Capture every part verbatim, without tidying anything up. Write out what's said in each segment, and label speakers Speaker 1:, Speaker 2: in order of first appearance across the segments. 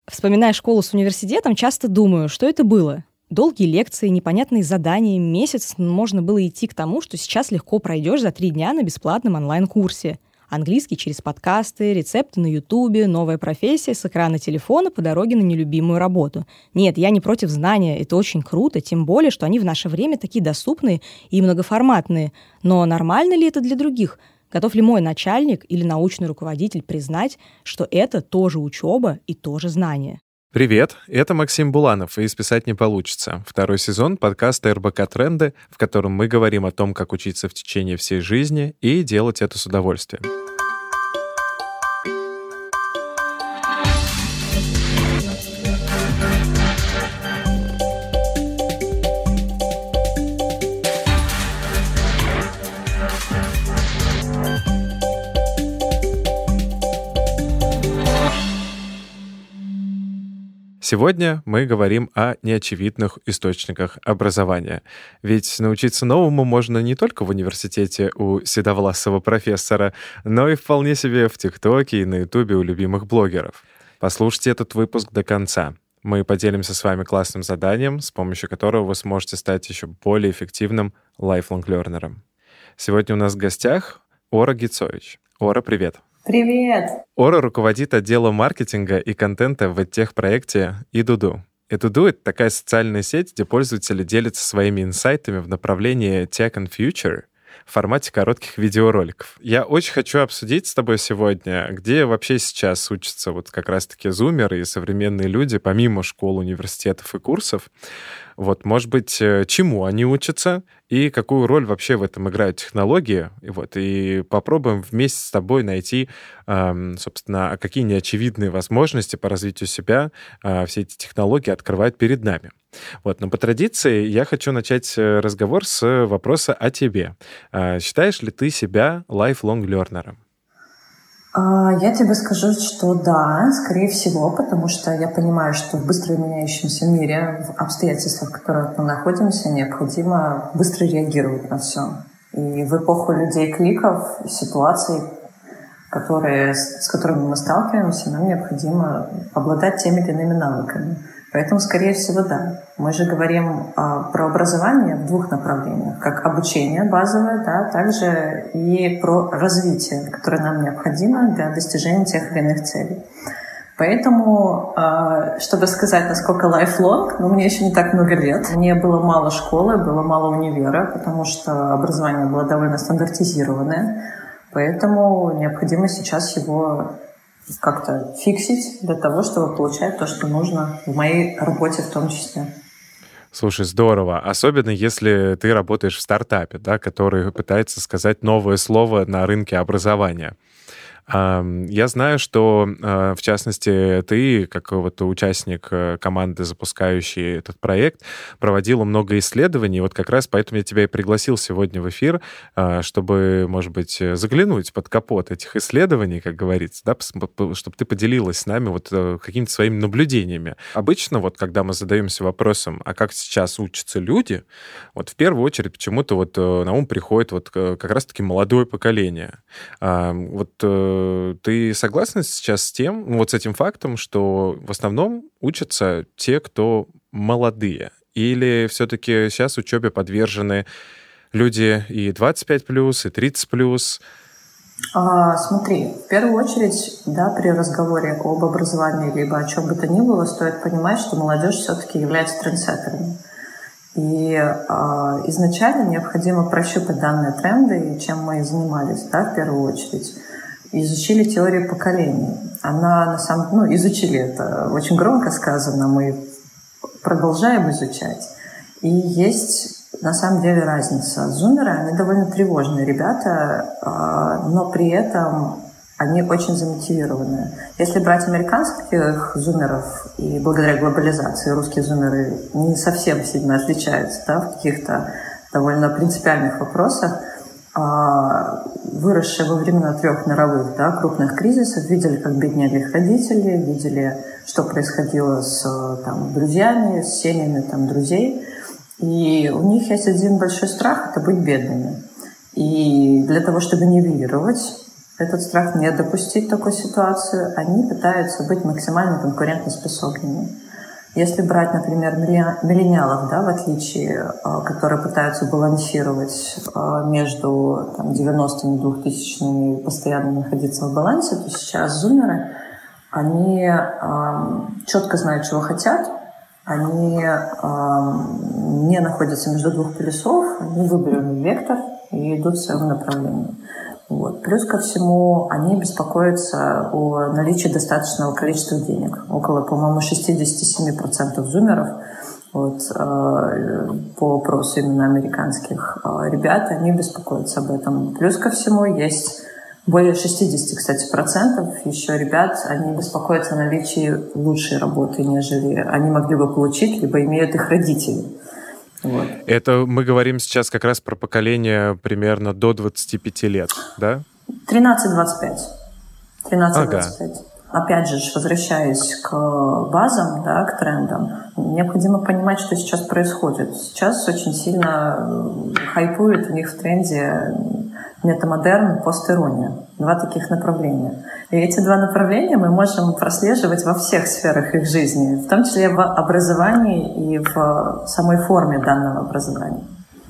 Speaker 1: Вспоминая школу с университетом, часто думаю, что это было. Долгие лекции, непонятные задания, месяц можно было идти к тому, что сейчас легко пройдешь за три дня на бесплатном онлайн-курсе. Английский через подкасты, рецепты на Ютубе, новая профессия с экрана телефона по дороге на нелюбимую работу. Нет, я не против знания, это очень круто, тем более, что они в наше время такие доступные и многоформатные. Но нормально ли это для других? Готов ли мой начальник или научный руководитель признать, что это тоже учеба и тоже знание?
Speaker 2: Привет, это Максим Буланов и «Списать не получится». Второй сезон подкаста эр бэ ка «Тренды», в котором мы говорим о том, как учиться в течение всей жизни и делать это с удовольствием. Сегодня мы говорим о неочевидных источниках образования. Ведь научиться новому можно не только в университете у седовласого профессора, но и вполне себе в ТикТоке и на Ютубе у любимых блогеров. Послушайте этот выпуск до конца. Мы поделимся с вами классным заданием, с помощью которого вы сможете стать еще более эффективным lifelong learner'ом. Сегодня у нас в гостях Ора Гицович. Ора, привет!
Speaker 3: Привет!
Speaker 2: Ора руководит отделом маркетинга и контента в тех-проекте Edudu. Edudu — это такая социальная сеть, где пользователи делятся своими инсайтами в направлении Tech and Future в формате коротких видеороликов. Я очень хочу обсудить с тобой сегодня, где вообще сейчас учатся вот как раз-таки зумеры и современные люди, помимо школ, университетов и курсов. Вот, может быть, чему они учатся и какую роль вообще в этом играют технологии. И, вот, и попробуем вместе с тобой найти, э, собственно, какие неочевидные возможности по развитию себя э, все эти технологии открывают перед нами. Вот, но по традиции я хочу начать разговор с вопроса о тебе. Э, считаешь ли ты себя lifelong learner'ом?
Speaker 3: Я тебе скажу, что да, скорее всего, потому что я понимаю, что в быстро меняющемся мире, в обстоятельствах, в которых мы находимся, необходимо быстро реагировать на все. И в эпоху людей-кликов, ситуаций, которые, с которыми мы сталкиваемся, нам необходимо обладать теми или иными навыками. Поэтому, скорее всего, да. Мы же говорим а, про образование в двух направлениях. Как обучение базовое, да, также и про развитие, которое нам необходимо для достижения тех или иных целей. Поэтому, а, чтобы сказать, насколько lifelong, ну, мне еще не так много лет. Мне было мало школы, было мало универа, потому что образование было довольно стандартизированное. Поэтому необходимо сейчас его как-то фиксить для того, чтобы получать то, что нужно в моей работе в том числе.
Speaker 2: Слушай, здорово. Особенно если ты работаешь в стартапе, да, который пытается сказать новое слово на рынке образования. Я знаю, что, в частности, ты, как вот участник команды, запускающей этот проект, проводила много исследований. Вот как раз поэтому я тебя и пригласил сегодня в эфир, чтобы, может быть, заглянуть под капот этих исследований, как говорится, да, чтобы ты поделилась с нами вот какими-то своими наблюдениями. Обычно, вот когда мы задаемся вопросом, а как сейчас учатся люди, вот в первую очередь почему-то вот на ум приходит вот как раз-таки молодое поколение. Вот ты согласна сейчас с тем, вот с этим фактом, что в основном учатся те, кто молодые? Или все-таки сейчас учебе подвержены люди и двадцать пять плюс, и тридцать плюс?
Speaker 3: А, смотри, в первую очередь, да, при разговоре об образовании либо о чем бы то ни было, стоит понимать, что молодежь все-таки является трендсеттерами. И а, изначально необходимо прощупать данные тренды, и чем мы и занимались, да, в первую очередь. Изучили теорию поколений. Она, на самом ну, изучили это очень громко сказано, мы продолжаем изучать. И есть, на самом деле, разница. Зумеры, они довольно тревожные ребята, но при этом они очень замотивированные. Если брать американских зумеров, и благодаря глобализации русские зумеры не совсем сильно отличаются, да, в каких-то довольно принципиальных вопросах, выросшие во времена трех мировых, да, крупных кризисов, видели, как беднели их родители, видели, что происходило с там, друзьями, с семьями там, друзей. И у них есть один большой страх — это быть бедными. И для того, чтобы нивелировать этот страх не допустить такой ситуации, они пытаются быть максимально конкурентоспособными. Если брать, например, миллениалов, да, в отличие, которые пытаются балансировать между там, девяностыми и двухтысячными и постоянно находиться в балансе, то сейчас зумеры, они э, четко знают, чего хотят, они э, не находятся между двух полюсов, они выбрали вектор и идут в своем направлении. Вот. Плюс ко всему, они беспокоятся о наличии достаточного количества денег. Около, по-моему, шестьдесят семь процентов зумеров, вот, э, по опросу именно американских э, ребят, они беспокоятся об этом. Плюс ко всему, есть более шестьдесят, кстати, процентов еще ребят, они беспокоятся о наличии лучшей работы, нежели они могли бы получить, либо имеют их родители. Вот.
Speaker 2: Это мы говорим сейчас как раз про поколение примерно до двадцати пяти лет, да?
Speaker 3: тринадцать-двадцать пять. тринадцать-двадцать пять.
Speaker 2: Ага.
Speaker 3: Опять же, возвращаясь к базам, да, к трендам, необходимо понимать, что сейчас происходит. Сейчас очень сильно хайпует у них в тренде метамодерн, постирония. Два таких направления. И эти два направления мы можем прослеживать во всех сферах их жизни, в том числе в образовании и в самой форме данного образования.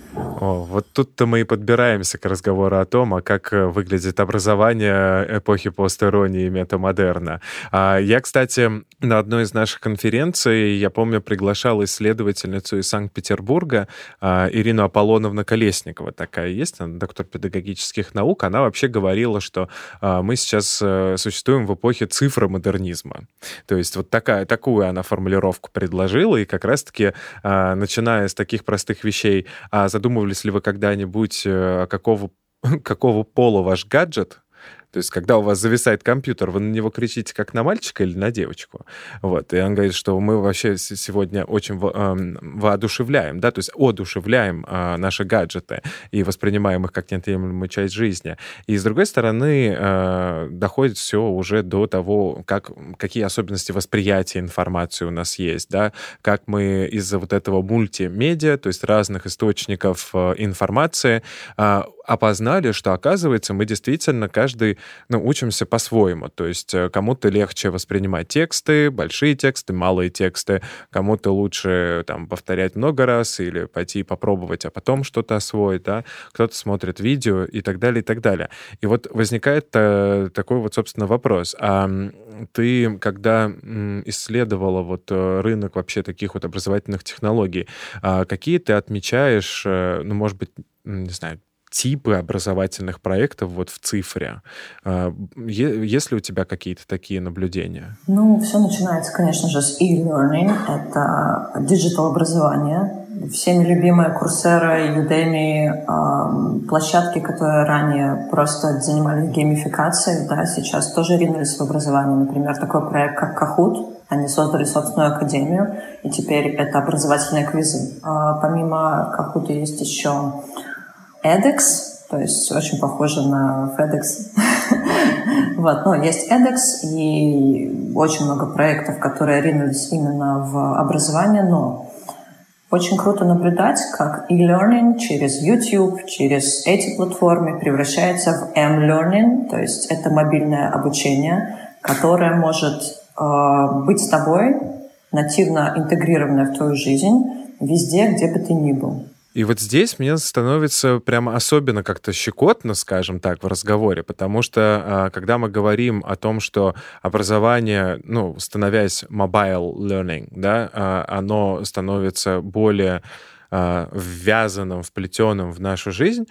Speaker 2: О, вот тут-то мы и подбираемся к разговору о том, а как выглядит образование эпохи постиронии и метамодерна. Я, кстати, на одной из наших конференций, я помню, приглашал исследовательницу из Санкт-Петербурга Ирину Аполлоновну Колесникова. Такая есть, она доктор педагогических наук. Она вообще говорила, что мы сейчас существуем в эпохе цифромодернизма. То есть вот такая, такую она формулировку предложила, и как раз-таки, начиная с таких простых вещей, задумывались ли вы когда-нибудь, какого, какого пола ваш гаджет? То есть, когда у вас зависает компьютер, вы на него кричите как на мальчика или на девочку? Вот. И он говорит, что мы вообще сегодня очень воодушевляем, да, то есть одушевляем наши гаджеты и воспринимаем их как неотъемлемую часть жизни. И, с другой стороны, доходит все уже до того, как, какие особенности восприятия информации у нас есть, да, как мы из-за вот этого мультимедиа, то есть разных источников информации, опознали, что, оказывается, мы действительно каждый, ну, учимся по-своему. То есть кому-то легче воспринимать тексты, большие тексты, малые тексты, кому-то лучше там повторять много раз или пойти попробовать, а потом что-то освоить, да, кто-то смотрит видео и так далее, и так далее. И вот возникает э, такой вот, собственно, вопрос. А ты, когда исследовала вот рынок вообще таких вот образовательных технологий, а какие ты отмечаешь, ну, может быть, не знаю, типы образовательных проектов вот в цифре? Есть ли у тебя какие-то такие наблюдения?
Speaker 3: Ну, все начинается, конечно же, с e-learning. Это диджитал-образование. Всеми любимые Coursera, Udemy, площадки, которые ранее просто занимались геймификацией, да, сейчас тоже ринулись в образование. Например, такой проект, как Kahoot. Они создали собственную академию, и теперь это образовательные квизы. Помимо Kahoot есть еще edX, то есть очень похоже на FedEx. Вот, но есть edX и очень много проектов, которые ринулись именно в образование, но очень круто наблюдать, как e-learning через YouTube, через эти платформы превращается в m-learning, то есть это мобильное обучение, которое может э, быть с тобой, нативно интегрированное в твою жизнь, везде, где бы ты ни был.
Speaker 2: И вот здесь мне становится прямо особенно как-то щекотно, скажем так, в разговоре, потому что когда мы говорим о том, что образование, ну, становясь mobile learning, да, оно становится более ввязанным, вплетенным в нашу жизнь,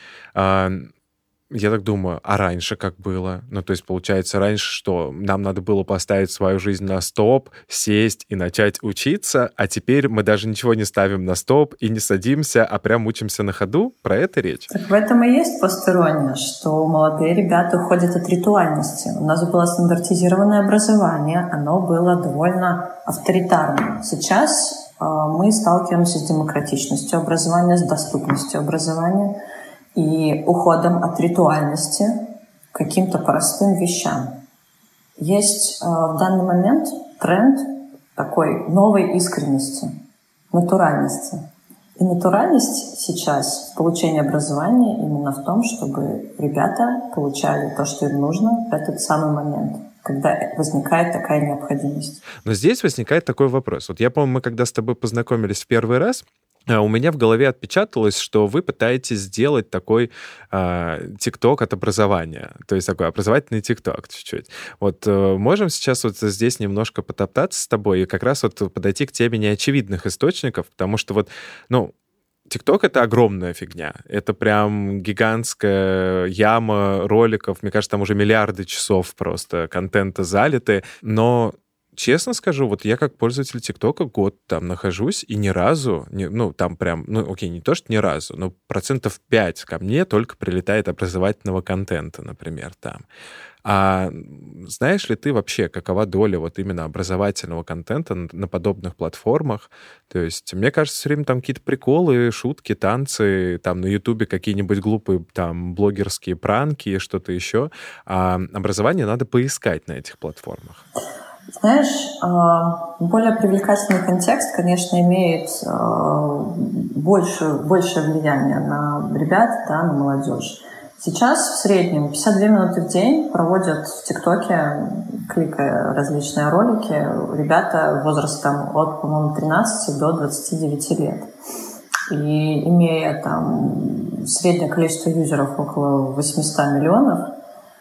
Speaker 2: я так думаю, а раньше как было? Ну, то есть, получается, раньше что? Нам надо было поставить свою жизнь на стоп, сесть и начать учиться, а теперь мы даже ничего не ставим на стоп и не садимся, а прям учимся на ходу? Про это речь?
Speaker 3: Так в этом и есть постирония, что молодые ребята уходят от ритуальности. У нас было стандартизированное образование, оно было довольно авторитарным. Сейчас э, мы сталкиваемся с демократичностью образования, с доступностью образования и уходом от ритуальности к каким-то простым вещам. Есть э, в данный момент тренд такой новой искренности, натуральности. И натуральность сейчас в получении образования именно в том, чтобы ребята получали то, что им нужно в этот самый момент, когда возникает такая необходимость.
Speaker 2: Но здесь возникает такой вопрос. Вот я помню, мы когда с тобой познакомились в первый раз, у меня в голове отпечаталось, что вы пытаетесь сделать такой ТикТок э, от образования, то есть такой образовательный ТикТок чуть-чуть. Вот э, можем сейчас вот здесь немножко потоптаться с тобой и как раз вот подойти к теме неочевидных источников, потому что вот, ну, ТикТок — это огромная фигня. Это прям гигантская яма роликов. Мне кажется, там уже миллиарды часов просто контента залиты. Но честно скажу, вот я как пользователь ТикТока год там нахожусь, и ни разу, не, ну, там прям, ну, окей, не то, что ни разу, но процентов пять ко мне только прилетает образовательного контента, например, там. А знаешь ли ты вообще, какова доля вот именно образовательного контента на подобных платформах? То есть, мне кажется, все время там какие-то приколы, шутки, танцы, там на Ютубе какие-нибудь глупые там блогерские пранки, что-то еще. А образование надо поискать на этих платформах.
Speaker 3: Знаешь, более привлекательный контекст, конечно, имеет больше, большее влияние на ребят, да, на молодежь. Сейчас в среднем пятьдесят две минуты в день проводят в ТикТоке, кликая различные ролики, ребята возрастом от, по-моему, тринадцати до двадцати девяти лет. И имея там среднее количество юзеров около восемьсот миллионов,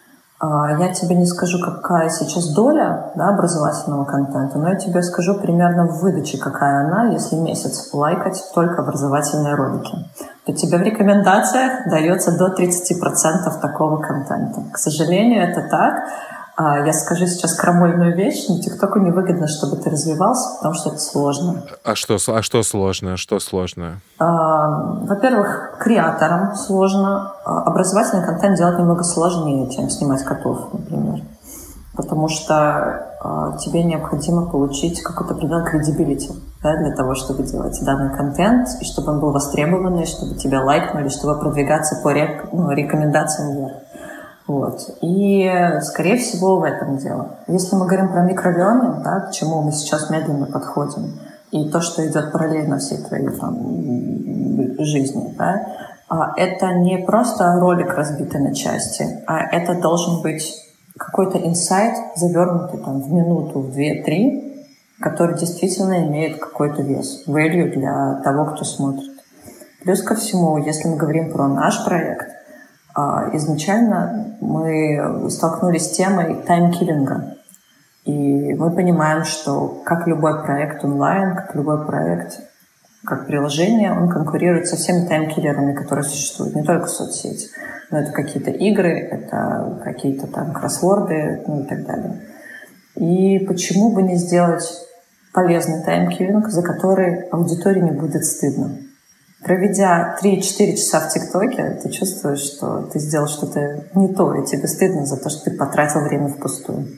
Speaker 3: я тебе не скажу, какая сейчас доля, да, образовательного контента, но я тебе скажу примерно в выдаче, какая она, если месяц лайкать только образовательные ролики. То тебе в рекомендациях дается до тридцати процентов такого контента. К сожалению, это так. Я скажу сейчас крамольную вещь, но ТикТоку невыгодно, чтобы ты развивался, потому что это сложно.
Speaker 2: А что, а что сложно? Что сложно?
Speaker 3: Во-первых, креаторам сложно. Образовательный контент делать немного сложнее, чем снимать котов, например. Потому что тебе необходимо получить какой-то определенный credibility, да, для того, чтобы делать данный контент, и чтобы он был востребованный, чтобы тебя лайкнули, чтобы продвигаться по рек... ну, рекомендациям вверх. Вот. И, скорее всего, в этом дело. Если мы говорим про микролернинг, да, к чему мы сейчас медленно подходим, и то, что идет параллельно всей твоей там, жизни, да, это не просто ролик, разбитый на части, а это должен быть какой-то инсайт, завернутый там, в минуту, в две-три, который действительно имеет какой-то вес, value для того, кто смотрит. Плюс ко всему, если мы говорим про наш проект, изначально мы столкнулись с темой таймкиллинга. И мы понимаем, что как любой проект онлайн, как любой проект, как приложение, он конкурирует со всеми таймкиллерами, которые существуют, не только в соцсети. Но это какие-то игры, это какие-то там кроссворды, ну и так далее. И почему бы не сделать полезный таймкиллинг, за который аудитории не будет стыдно? Проведя три-четыре часа в ТикТоке, ты чувствуешь, что ты сделал что-то не то, и тебе стыдно за то, что ты потратил время впустую.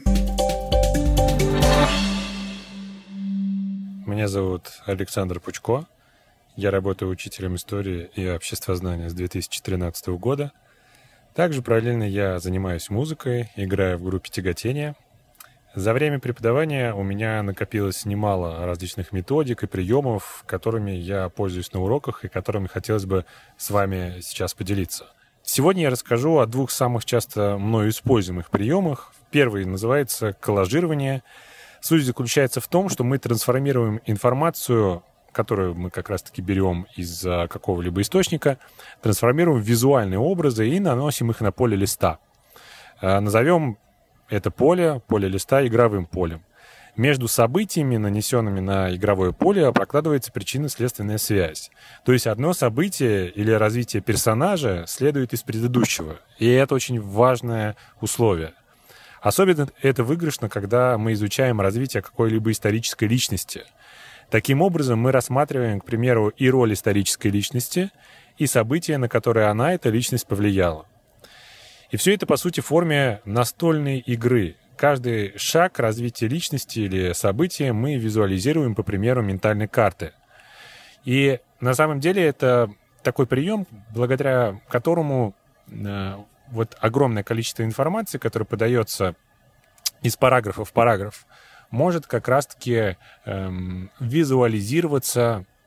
Speaker 4: Меня зовут Александр Пучко. Я работаю учителем истории и обществознания с две тысячи тринадцатого года. Также параллельно я занимаюсь музыкой, играю в группе «Тяготение». За время преподавания у меня накопилось немало различных методик и приемов, которыми я пользуюсь на уроках и которыми хотелось бы с вами сейчас поделиться. Сегодня я расскажу о двух самых часто мною используемых приемах. Первый называется коллажирование. Суть заключается в том, что мы трансформируем информацию, которую мы как раз-таки берем из какого-либо источника, трансформируем в визуальные образы и наносим их на поле листа. Назовем это поле, поле листа, игровым полем. Между событиями, нанесенными на игровое поле, прокладывается причинно-следственная связь. То есть одно событие или развитие персонажа следует из предыдущего. И это очень важное условие. Особенно это выигрышно, когда мы изучаем развитие какой-либо исторической личности. Таким образом, мы рассматриваем, к примеру, и роль исторической личности, и события, на которые она, эта личность, повлияла. И все это, по сути, в форме настольной игры. Каждый шаг развития личности или события мы визуализируем по примеру ментальной карты. И на самом деле это такой прием, благодаря которому э, вот огромное количество информации, которое подается из параграфа в параграф, может как раз-таки э, визуализироваться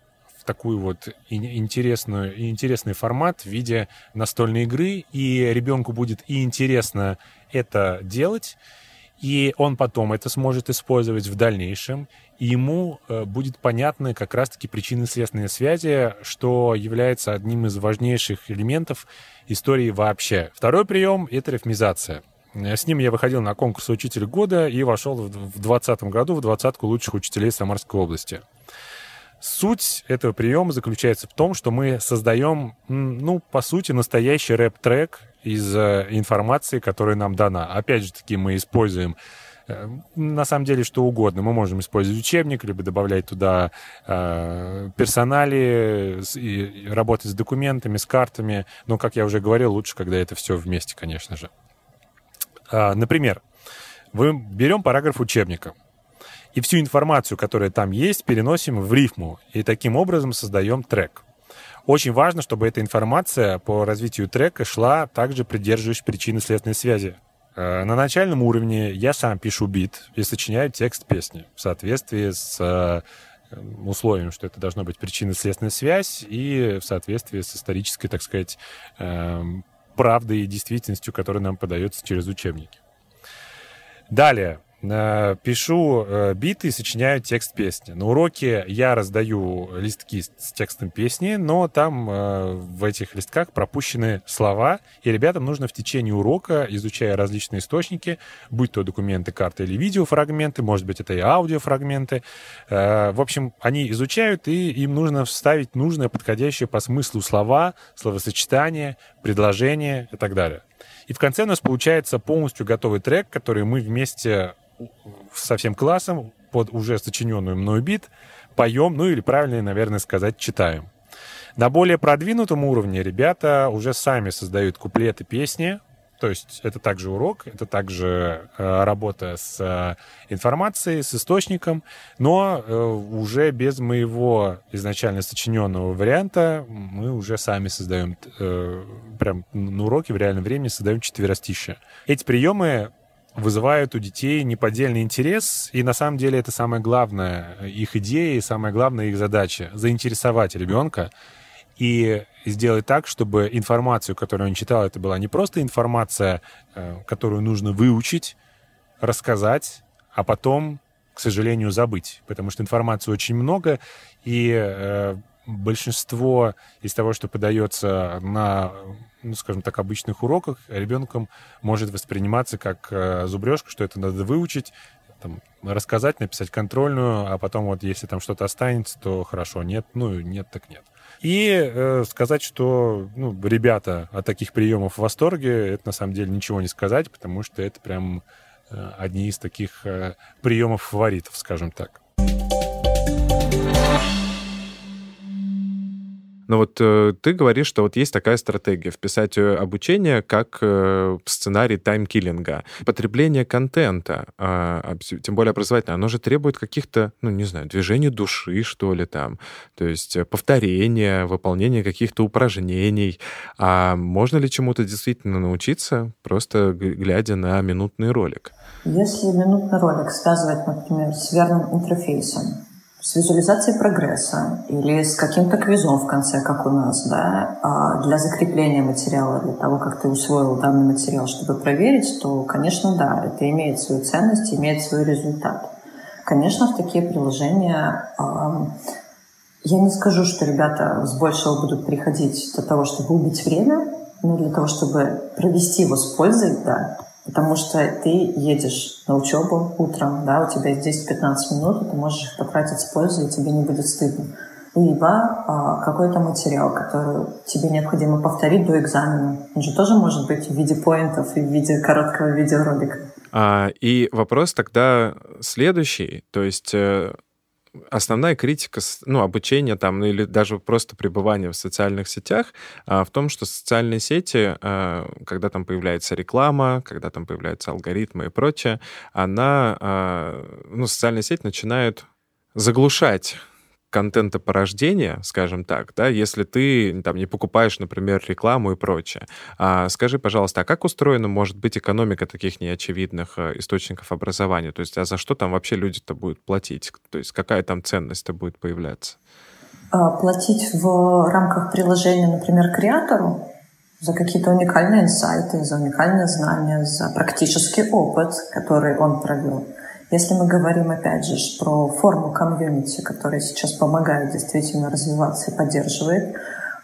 Speaker 4: в такую вот интересную, интересный формат в виде настольной игры, и ребенку будет и интересно это делать, и он потом это сможет использовать в дальнейшем, и ему будет понятны как раз-таки причинно-следственные связи, что является одним из важнейших элементов истории вообще. Второй прием — это рифмизация. С ним я выходил на конкурс «Учитель года» и вошел в двадцатом году в двадцатку лучших учителей Самарской области. Суть этого приема заключается в том, что мы создаем, ну, по сути, настоящий рэп-трек из информации, которая нам дана. Опять же таки, мы используем, на самом деле, что угодно. Мы можем использовать учебник, либо добавлять туда э, персонали, и работать с документами, с картами. Но, как я уже говорил, лучше, когда это все вместе, конечно же. А, например, мы берем параграф учебника, и всю информацию, которая там есть, переносим в рифму, и таким образом создаем трек. Очень важно, чтобы эта информация по развитию трека шла, также придерживаясь причинно-следственной связи. На начальном уровне я сам пишу бит и сочиняю текст песни в соответствии с условием, что это должна быть причинно-следственная связь и в соответствии с исторической, так сказать, правдой и действительностью, которая нам подается через учебники. Далее. Пишу биты и сочиняю текст песни. На уроке я раздаю листки с текстом песни, но там в этих листках пропущены слова, и ребятам нужно в течение урока, изучая различные источники, будь то документы, карты или видеофрагменты, может быть, это и аудиофрагменты. В общем, они изучают, и им нужно вставить нужное, подходящее по смыслу слова, словосочетания, предложения и так далее. И в конце у нас получается полностью готовый трек, который мы вместе со всем классом под уже сочиненную мною бит поем, ну или правильно, наверное, сказать, читаем. На более продвинутом уровне ребята уже сами создают куплеты песни, то есть это также урок, это также э, работа с э, информацией, с источником, но э, уже без моего изначально сочиненного варианта мы уже сами создаем, э, прям на уроке в реальном времени создаем четверостишие. Эти приемы вызывают у детей неподдельный интерес, и на самом деле это самое главное их идея, и самая главная их задача — заинтересовать ребенка и сделать так, чтобы информацию, которую он читал, это была не просто информация, которую нужно выучить, рассказать, а потом, к сожалению, забыть, потому что информации очень много, и большинство из того, что подается на, ну, скажем так, обычных уроках, ребенком может восприниматься как э, зубрежка, что это надо выучить, там, рассказать, написать контрольную, а потом вот если там что-то останется, то хорошо, нет, ну нет, так нет. И э, сказать, что ну, ребята от таких приемов в восторге, это на самом деле ничего не сказать, потому что это прям э, одни из таких э, приемов фаворитов, скажем так.
Speaker 2: Но вот э, ты говоришь, что вот есть такая стратегия — вписать обучение как э, сценарий таймкиллинга. Потребление контента, э, тем более образовательное, оно же требует каких-то, ну, не знаю, движений души, что ли, там. То есть повторения, выполнения каких-то упражнений. А можно ли чему-то действительно научиться, просто глядя на минутный ролик?
Speaker 3: Если минутный ролик связывать, например, с верным интерфейсом, с визуализацией прогресса или с каким-то квизом в конце, как у нас, да, для закрепления материала, для того, как ты усвоил данный материал, чтобы проверить, то, конечно, да, это имеет свою ценность, имеет свой результат. Конечно, в такие приложения я не скажу, что ребята с большего будут приходить для того, чтобы убить время, но для того, чтобы провести его с пользой, да. Потому что ты едешь на учебу утром, да, у тебя есть десять-пятнадцать минут, и ты можешь их потратить с пользой, и тебе не будет стыдно. Либо а, какой-то материал, который тебе необходимо повторить до экзамена. Он же тоже может быть в виде поинтов и в виде короткого видеоролика.
Speaker 2: А, и вопрос тогда следующий, то есть... Основная критика, ну, обучения там, ну, или даже просто пребывания в социальных сетях а, в том, что социальные сети, а, когда там появляется реклама, когда там появляются алгоритмы и прочее, она, а, ну, социальные сети начинают заглушать контентопорождения, скажем так, да, если ты там не покупаешь, например, рекламу и прочее. А скажи, пожалуйста, а как устроена может быть экономика таких неочевидных источников образования? То есть, а за что там вообще люди-то будут платить? То есть, какая там ценность-то будет появляться?
Speaker 3: Платить в рамках приложения, например, креатору за какие-то уникальные инсайты, за уникальные знания, за практический опыт, который он провел. Если мы говорим, опять же, про форму комьюнити, которая сейчас помогает действительно развиваться и поддерживает,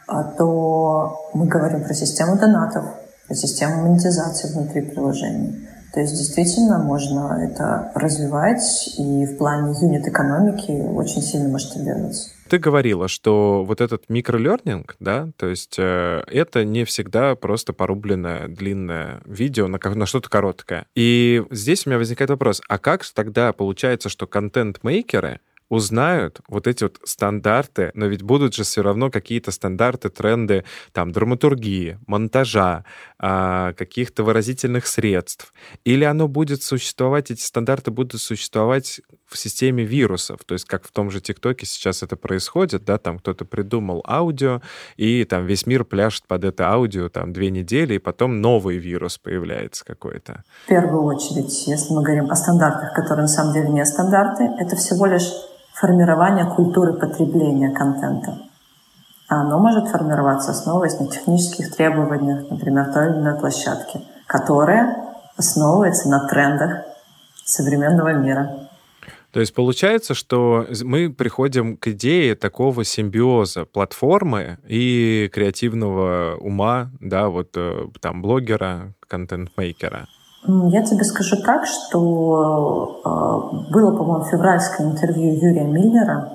Speaker 3: то мы говорим про систему донатов, про систему монетизации внутри приложений. То есть действительно можно это развивать и в плане юнит-экономики очень сильно масштабироваться.
Speaker 2: Ты говорила, что вот этот микролернинг, да, то есть э, это не всегда просто порубленное длинное видео на, на что-то короткое. И здесь у меня возникает вопрос, а как же тогда получается, что контент-мейкеры узнают вот эти вот стандарты, но ведь будут же все равно какие-то стандарты, тренды там драматургии, монтажа, а, каких-то выразительных средств. Или оно будет существовать, эти стандарты будут существовать в системе вирусов, то есть как в том же ТикТоке сейчас это происходит, да, там кто-то придумал аудио, и там весь мир пляшет под это аудио там две недели, и потом новый вирус появляется какой-то.
Speaker 3: В первую очередь, если мы говорим о стандартах, которые на самом деле не стандарты, это всего лишь формирование культуры потребления контента. А оно может формироваться, основываясь на технических требованиях, например, той или иной площадки, которая основывается на трендах современного мира.
Speaker 2: То есть получается, что мы приходим к идее такого симбиоза платформы и креативного ума, да, вот там блогера, контент-мейкера.
Speaker 3: Я тебе скажу так, что э, было, по-моему, февральское интервью Юрия Мильнера,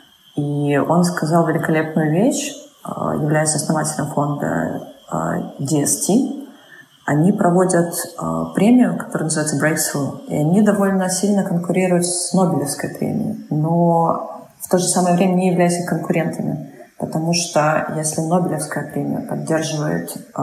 Speaker 3: и он сказал великолепную вещь, э, являясь основателем фонда э, ди эс ти. Они проводят э, премию, которая называется Breakthrough, и они довольно сильно конкурируют с Нобелевской премией, но в то же самое время не являются конкурентами, потому что если Нобелевская премия поддерживает э,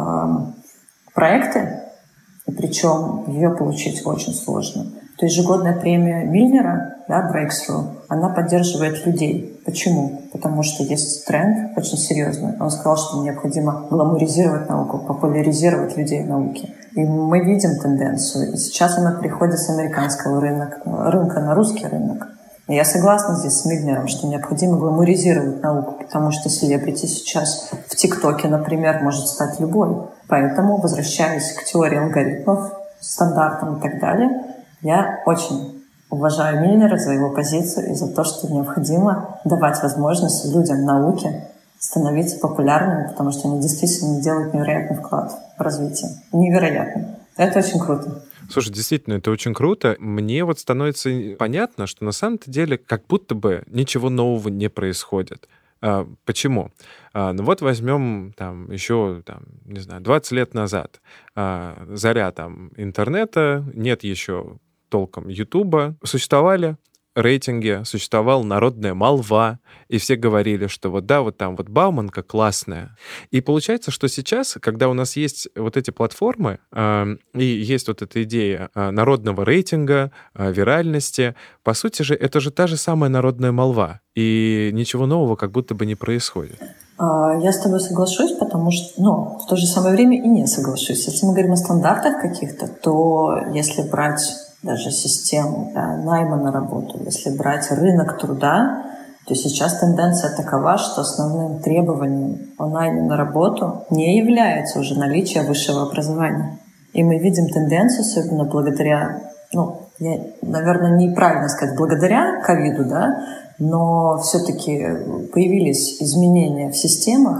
Speaker 3: проекты, и причем ее получить очень сложно, то ежегодная премия Мильнера, да, Breakthrough, она поддерживает людей. Почему? Потому что есть тренд очень серьезный. Он сказал, что необходимо гламуризировать науку, популяризировать людей в науке. И мы видим тенденцию. И сейчас она приходит с американского рынка, рынка на русский рынок. И я согласна здесь с Мильнером, что необходимо гламуризировать науку, потому что селебрити сейчас в ТикТоке, например, может стать любой. Поэтому, возвращаясь к теории алгоритмов, стандартам и так далее, я очень уважаю Мильнера за его позицию и за то, что необходимо давать возможность людям науки становиться популярными, потому что они действительно делают невероятный вклад в развитие. Невероятно. Это очень круто.
Speaker 2: Слушай, действительно, это очень круто. Мне вот становится понятно, что на самом-то деле как будто бы ничего нового не происходит. А, почему? А, ну вот возьмем там еще, там, не знаю, двадцать лет назад. А, заря там интернета, нет еще толком Ютуба. Существовали рейтинги, существовала народная молва, и все говорили, что вот да, вот там вот Бауманка классная. И получается, что сейчас, когда у нас есть вот эти платформы, э, и есть вот эта идея э, народного рейтинга, э, виральности, по сути же, это же та же самая народная молва, и ничего нового как будто бы не происходит.
Speaker 3: Я с тобой соглашусь, потому что, ну, в то же самое время и не соглашусь. Если мы говорим о стандартах каких-то, то если брать даже систему, да, найма на работу, если брать рынок труда, то сейчас тенденция такова, что основным требованием о найме на работу не является уже наличие высшего образования. И мы видим тенденцию, особенно благодаря, ну, я, наверное, неправильно сказать благодаря ковиду, да, но все-таки появились изменения в системах,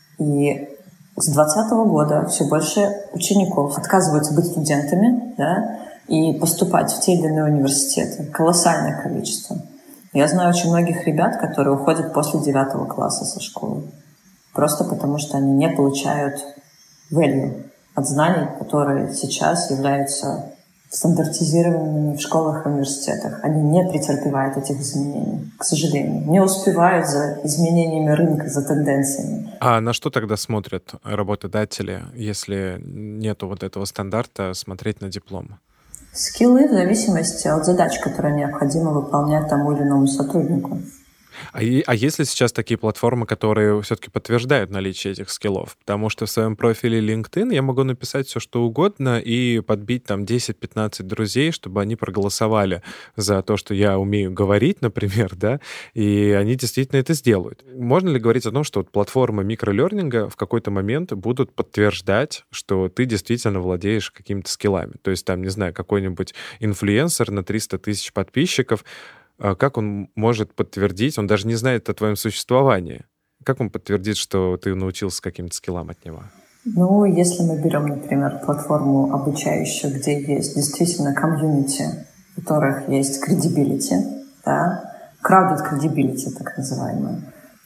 Speaker 3: и с двадцатого года все больше учеников отказываются быть студентами, да, и поступать в те или иные университеты. Колоссальное количество. Я знаю очень многих ребят, которые уходят после девятого класса со школы. Просто потому, что они не получают value от знаний, которые сейчас являются стандартизированными в школах и университетах. Они не претерпевают этих изменений, к сожалению. Не успевают за изменениями рынка, за тенденциями.
Speaker 2: А на что тогда смотрят работодатели, если нету вот этого стандарта смотреть на диплом?
Speaker 3: Скиллы в зависимости от задач, которые необходимо выполнять тому или иному сотруднику.
Speaker 2: А, и, а есть ли сейчас такие платформы, которые все-таки подтверждают наличие этих скиллов? Потому что в своем профиле LinkedIn я могу написать все, что угодно и подбить там десять-пятнадцать друзей, чтобы они проголосовали за то, что я умею говорить, например, да, и они действительно это сделают. Можно ли говорить о том, что вот платформы микролернинга в какой-то момент будут подтверждать, что ты действительно владеешь какими-то скиллами? То есть там, не знаю, какой-нибудь инфлюенсер на триста тысяч подписчиков, как он может подтвердить, он даже не знает о твоем существовании, как он подтвердит, что ты научился каким-то скиллам от него?
Speaker 3: Ну, если мы берем, например, платформу обучающую, где есть действительно комьюнити, в которых есть credibility, да, crowded credibility, так называемый,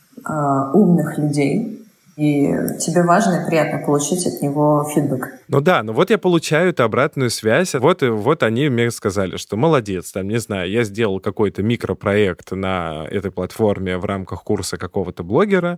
Speaker 3: э, умных людей, и тебе важно и приятно получить от него фидбэк.
Speaker 2: Ну да, ну вот я получаю эту обратную связь. Вот, вот они мне сказали, что молодец, там, не знаю, я сделал какой-то микропроект на этой платформе в рамках курса какого-то блогера,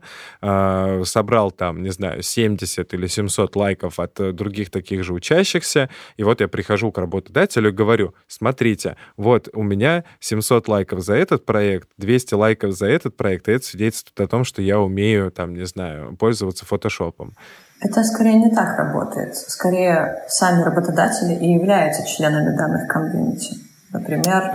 Speaker 2: э, собрал там, не знаю, семьдесят или семьсот лайков от других таких же учащихся, и вот я прихожу к работодателю и говорю, смотрите, вот у меня семьсот лайков за этот проект, двести лайков за этот проект, и это свидетельствует о том, что я умею, там, не знаю, пользоваться фотошопом.
Speaker 3: Это скорее не так работает. Скорее, сами работодатели и являются членами данных комьюнити. Например,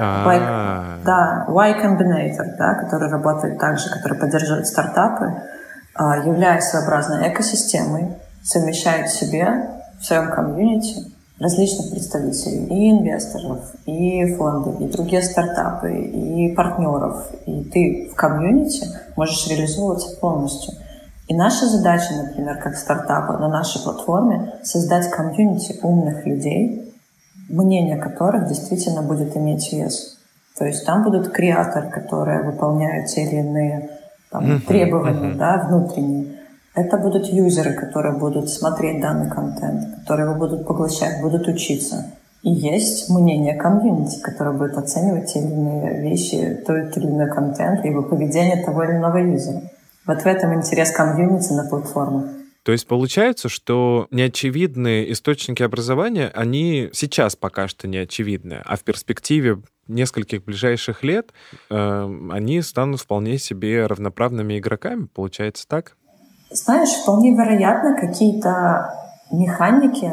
Speaker 3: y, да, Y Combinator, да, который работает также, который поддерживает стартапы, является своеобразной экосистемой, совмещает в себе, в своем комьюнити различных представителей, и инвесторов, и фонды, и другие стартапы, и партнеров. И ты в комьюнити можешь реализовываться полностью. И наша задача, например, как стартапа на нашей платформе, создать комьюнити умных людей, мнение которых действительно будет иметь вес. То есть там будут креаторы, которые выполняют те или иные там, uh-huh, требования uh-huh. Да, внутренние. Это будут юзеры, которые будут смотреть данный контент, которые его будут поглощать, будут учиться. И есть мнение комьюнити, которое будет оценивать те или иные вещи, тот или иной контент, либо поведение того или иного юзера. Вот в этом интерес комьюнити на платформах.
Speaker 2: То есть получается, что неочевидные источники образования, они сейчас пока что неочевидны, а в перспективе нескольких ближайших лет э, они станут вполне себе равноправными игроками, получается так?
Speaker 3: Знаешь, вполне вероятно, какие-то механики,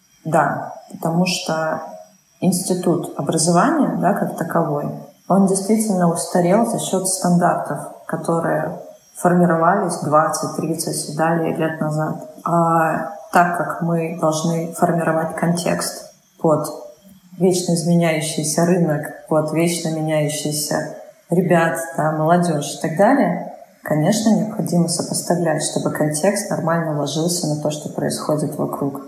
Speaker 3: да, потому что институт образования, да, как таковой, он действительно устарел за счет стандартов, которые формировались двадцать, тридцать и далее лет назад. А так как мы должны формировать контекст под вечно изменяющийся рынок, под вечно меняющийся ребят, да, молодежь и так далее, конечно, необходимо сопоставлять, чтобы контекст нормально ложился на то, что происходит вокруг.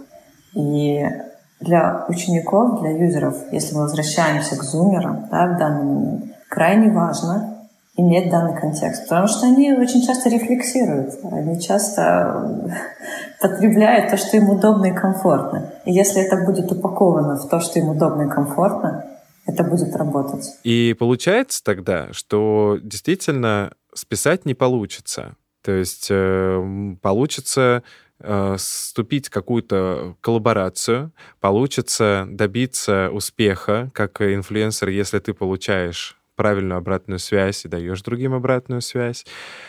Speaker 3: И для учеников, для юзеров, если мы возвращаемся к зумерам, да, в данный момент, крайне важно иметь данный контекст, потому что они очень часто рефлексируют, они часто потребляют то, что им удобно и комфортно. И если это будет упаковано в то, что им удобно и комфортно, это будет работать.
Speaker 2: И получается тогда, что действительно списать не получится. То есть э, получится э, вступить в какую-то коллаборацию, получится добиться успеха как инфлюенсер, если ты получаешь правильную обратную связь и даешь другим обратную связь,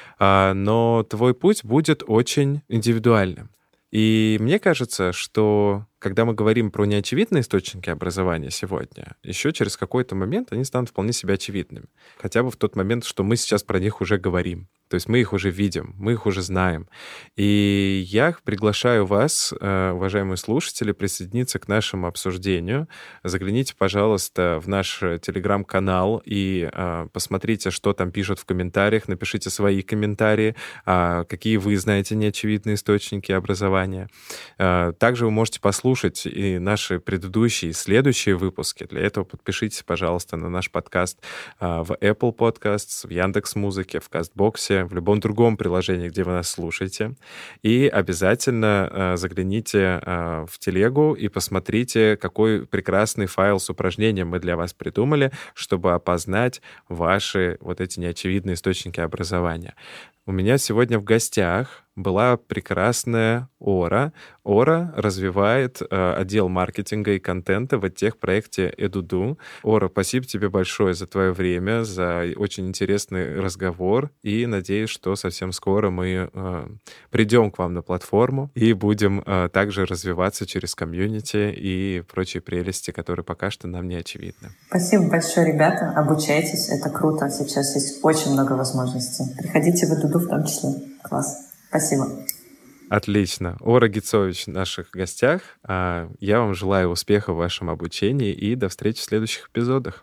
Speaker 2: но твой путь будет очень индивидуальным. И мне кажется, что когда мы говорим про неочевидные источники образования сегодня, еще через какой-то момент они станут вполне себе очевидными. Хотя бы в тот момент, что мы сейчас про них уже говорим. То есть мы их уже видим, мы их уже знаем. И я приглашаю вас, уважаемые слушатели, присоединиться к нашему обсуждению. Загляните, пожалуйста, в наш телеграм-канал и посмотрите, что там пишут в комментариях. Напишите свои комментарии, какие вы знаете неочевидные источники образования. Также вы можете послушать и наши предыдущие, и следующие выпуски. Для этого подпишитесь, пожалуйста, на наш подкаст в Apple Podcasts, в Яндекс.Музыке, в Кастбоксе, в любом другом приложении, где вы нас слушаете. И обязательно э, загляните э, в телегу и посмотрите, какой прекрасный файл с упражнением мы для вас придумали, чтобы опознать ваши вот эти неочевидные источники образования. У меня сегодня в гостях была прекрасная Ора. Ора развивает э, отдел маркетинга и контента в техпроекте Edudu. Ора, спасибо тебе большое за твое время, за очень интересный разговор, и надеюсь, что совсем скоро мы э, придем к вам на платформу и будем э, также развиваться через комьюнити и прочие прелести, которые пока что нам не очевидны.
Speaker 3: Спасибо большое, ребята. Обучайтесь, это круто. Сейчас есть очень много возможностей. Приходите в Edudu в том числе. Класс. Спасибо.
Speaker 2: Отлично. Ора Гицович в наших гостях. Я вам желаю успеха в вашем обучении и до встречи в следующих эпизодах.